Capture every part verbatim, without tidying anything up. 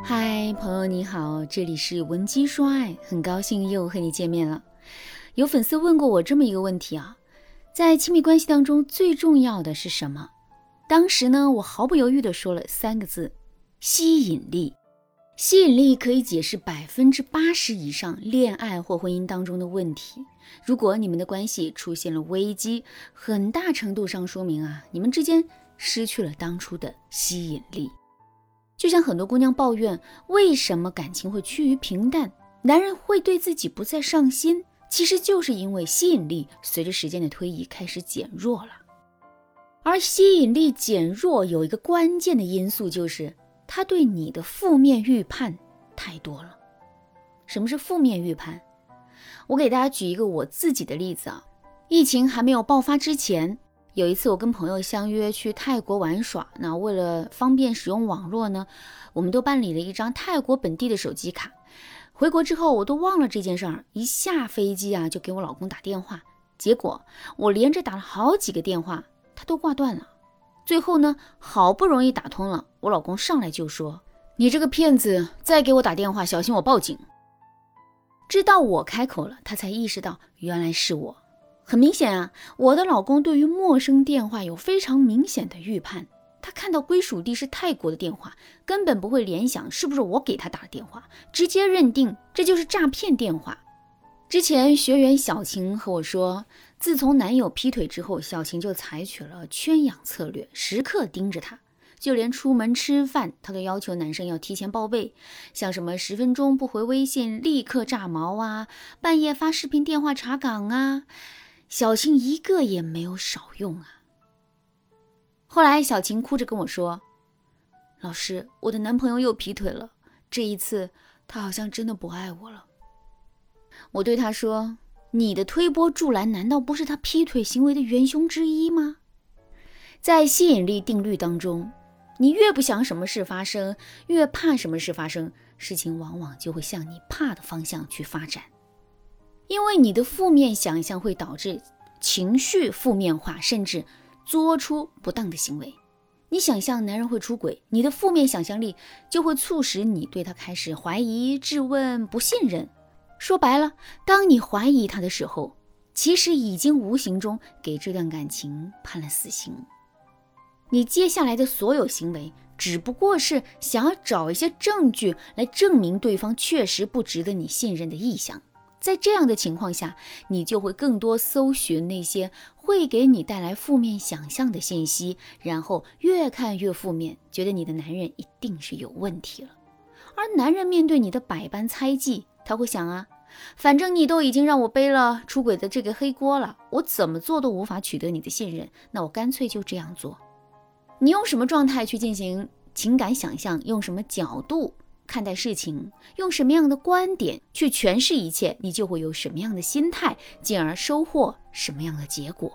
嗨，朋友你好，这里是文姬说爱，很高兴又和你见面了。有粉丝问过我这么一个问题啊，在亲密关系当中最重要的是什么？当时呢，我毫不犹豫地说了三个字：吸引力。吸引力可以解释百分之八十以上恋爱或婚姻当中的问题。如果你们的关系出现了危机，很大程度上说明啊，你们之间失去了当初的吸引力。就像很多姑娘抱怨，为什么感情会趋于平淡，男人会对自己不再上心，其实就是因为吸引力随着时间的推移开始减弱了。而吸引力减弱有一个关键的因素，就是他对你的负面预判太多了。什么是负面预判？我给大家举一个我自己的例子啊，疫情还没有爆发之前，有一次我跟朋友相约去泰国玩耍，那为了方便使用网络呢，我们都办理了一张泰国本地的手机卡。回国之后我都忘了这件事儿，一下飞机啊就给我老公打电话，结果我连着打了好几个电话，他都挂断了。最后呢，好不容易打通了，我老公上来就说：“你这个骗子，再给我打电话，小心我报警。”直到我开口了，他才意识到原来是我。很明显啊，我的老公对于陌生电话有非常明显的预判，他看到归属地是泰国的电话，根本不会联想是不是我给他打的电话，直接认定这就是诈骗电话。之前学员小晴和我说，自从男友劈腿之后，小晴就采取了圈养策略，时刻盯着他，就连出门吃饭他都要求男生要提前报备，像什么十分钟不回微信立刻炸毛啊，半夜发视频电话查岗啊，小晴一个也没有少用啊。后来小晴哭着跟我说，老师，我的男朋友又劈腿了，这一次他好像真的不爱我了。我对他说，你的推波助澜难道不是他劈腿行为的元凶之一吗？在吸引力定律当中，你越不想什么事发生，越怕什么事发生，事情往往就会向你怕的方向去发展。因为你的负面想象会导致情绪负面化，甚至做出不当的行为。你想象男人会出轨，你的负面想象力就会促使你对他开始怀疑、质问、不信任。说白了，当你怀疑他的时候，其实已经无形中给这段感情判了死刑。你接下来的所有行为只不过是想要找一些证据来证明对方确实不值得你信任的意向。在这样的情况下，你就会更多搜寻那些会给你带来负面想象的信息，然后越看越负面，觉得你的男人一定是有问题了。而男人面对你的百般猜忌，他会想啊，反正你都已经让我背了出轨的这个黑锅了，我怎么做都无法取得你的信任，那我干脆就这样做。你用什么状态去进行情感想象，用什么角度看待事情，用什么样的观点去诠释一切，你就会有什么样的心态，进而收获什么样的结果。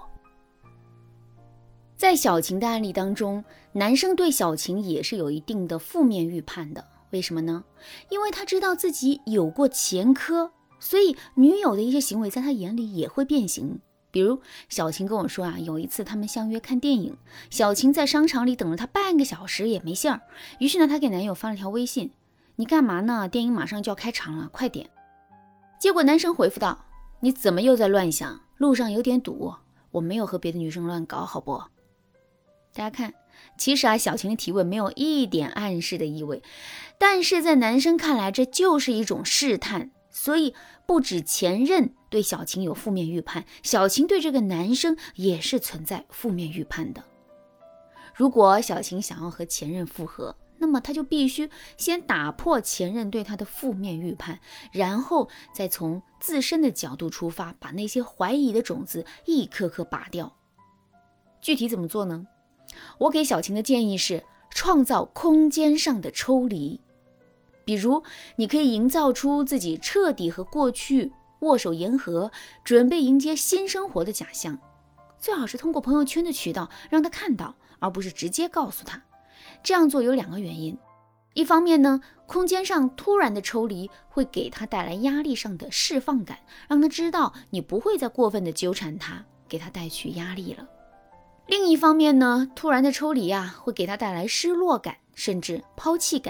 在小晴的案例当中，男生对小晴也是有一定的负面预判的。为什么呢？因为他知道自己有过前科，所以女友的一些行为在他眼里也会变形。比如小晴跟我说啊，有一次他们相约看电影，小晴在商场里等了他半个小时也没信儿，于是呢，他给男友发了条微信，你干嘛呢？电影马上就要开场了，快点。结果男生回复道，你怎么又在乱想？路上有点堵，我没有和别的女生乱搞，好不？大家看，其实啊，小晴的提问没有一点暗示的意味，但是在男生看来，这就是一种试探。所以不止前任对小晴有负面预判，小晴对这个男生也是存在负面预判的。如果小晴想要和前任复合，那么他就必须先打破前任对他的负面预判，然后再从自身的角度出发，把那些怀疑的种子一颗颗拔掉。具体怎么做呢？我给小晴的建议是创造空间上的抽离。比如你可以营造出自己彻底和过去握手言和，准备迎接新生活的假象，最好是通过朋友圈的渠道让他看到，而不是直接告诉他。这样做有两个原因，一方面呢，空间上突然的抽离会给他带来压力上的释放感，让他知道你不会再过分的纠缠他，给他带去压力了。另一方面呢，突然的抽离啊，会给他带来失落感，甚至抛弃感。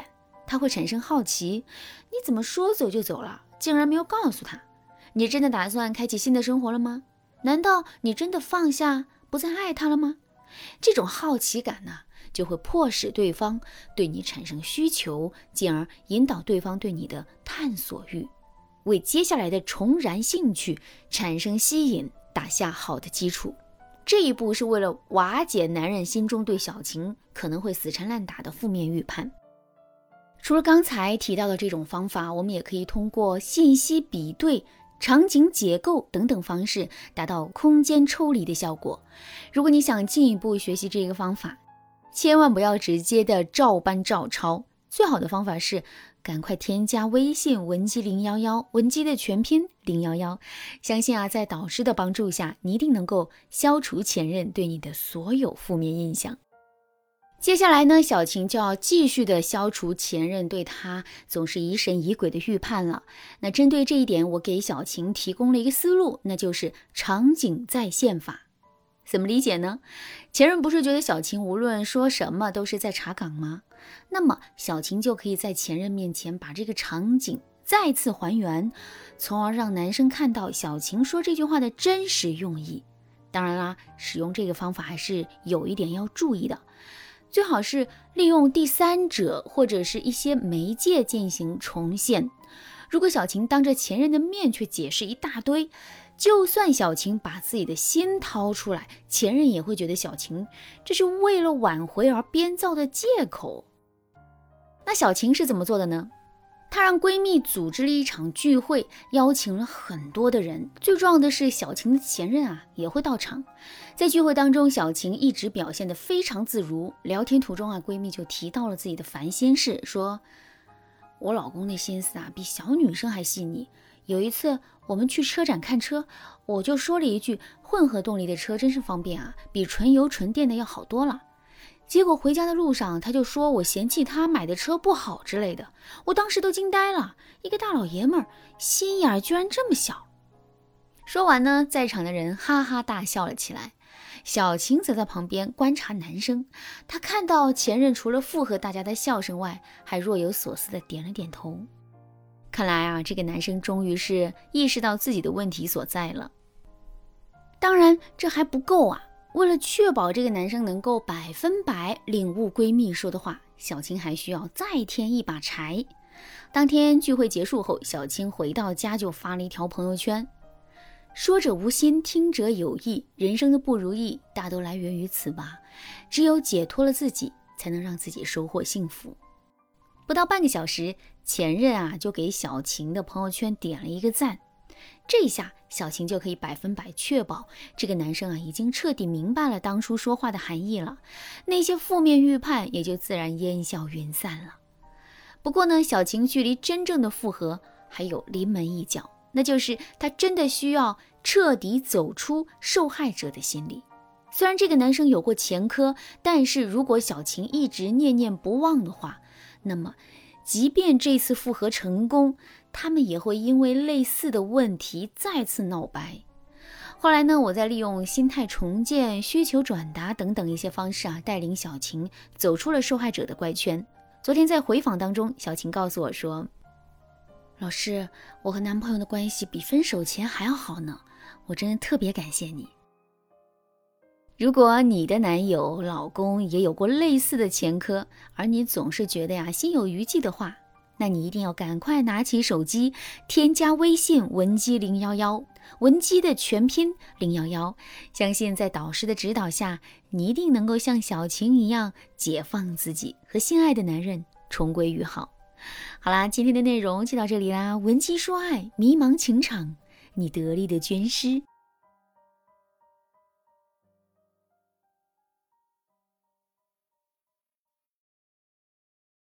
他会产生好奇，你怎么说走就走了，竟然没有告诉他？你真的打算开启新的生活了吗？难道你真的放下，不再爱他了吗？这种好奇感呢，就会迫使对方对你产生需求，进而引导对方对你的探索欲，为接下来的重燃兴趣产生吸引打下好的基础。这一步是为了瓦解男人心中对小晴可能会死缠烂打的负面预判。除了刚才提到的这种方法，我们也可以通过信息比对、场景解构等等方式达到空间抽离的效果。如果你想进一步学习这个方法，千万不要直接的照搬照抄，最好的方法是赶快添加微信文姬零一一，文姬的全拼零一一，相信啊，在导师的帮助下，你一定能够消除前任对你的所有负面印象。接下来呢，小晴就要继续的消除前任对她总是疑神疑鬼的预判了。那针对这一点，我给小晴提供了一个思路，那就是场景再现法。怎么理解呢？前任不是觉得小晴无论说什么都是在查岗吗？那么小晴就可以在前任面前把这个场景再次还原，从而让男生看到小晴说这句话的真实用意。当然啦，使用这个方法还是有一点要注意的，最好是利用第三者或者是一些媒介进行重现。如果小晴当着前任的面却解释一大堆，就算小晴把自己的心掏出来，前任也会觉得小晴这是为了挽回而编造的借口。那小晴是怎么做的呢？她让闺蜜组织了一场聚会，邀请了很多的人，最重要的是小晴的前任啊也会到场。在聚会当中，小晴一直表现得非常自如，聊天途中啊，闺蜜就提到了自己的烦心事，说我老公的心思啊比小女生还细腻。有一次我们去车展看车，我就说了一句混合动力的车真是方便啊，比纯油纯电的要好多了。结果回家的路上他就说我嫌弃他买的车不好之类的，我当时都惊呆了，一个大老爷们儿心眼居然这么小。说完呢，在场的人哈哈大笑了起来。小晴则在旁边观察男生，他看到前任除了附和大家的笑声外，还若有所思地点了点头。看来啊，这个男生终于是意识到自己的问题所在了。当然这还不够啊，为了确保这个男生能够百分百领悟闺蜜说的话，小晴还需要再添一把柴。当天聚会结束后，小晴回到家就发了一条朋友圈，说者无心，听者有意，人生的不如意大都来源于此吧，只有解脱了自己，才能让自己收获幸福。不到半个小时，前任啊就给小晴的朋友圈点了一个赞，这一下小晴就可以百分百确保这个男生啊已经彻底明白了当初说话的含义了，那些负面预判也就自然烟消云散了。不过呢，小晴距离真正的复合还有临门一脚，那就是她真的需要彻底走出受害者的心理。虽然这个男生有过前科，但是如果小晴一直念念不忘的话，那么即便这次复合成功，他们也会因为类似的问题再次闹掰。后来呢，我在利用心态重建、需求转达等等一些方式啊，带领小晴走出了受害者的怪圈。昨天在回访当中，小晴告诉我说，老师，我和男朋友的关系比分手前还要好呢，我真的特别感谢你。如果你的男友、老公也有过类似的前科，而你总是觉得呀心有余悸的话，那你一定要赶快拿起手机，添加微信文姬零一一，文姬的全拼零一一，相信在导师的指导下，你一定能够像小晴一样解放自己，和心爱的男人重归于好。好啦，今天的内容就到这里啦，文姬说爱，迷茫情场，你得力的军师。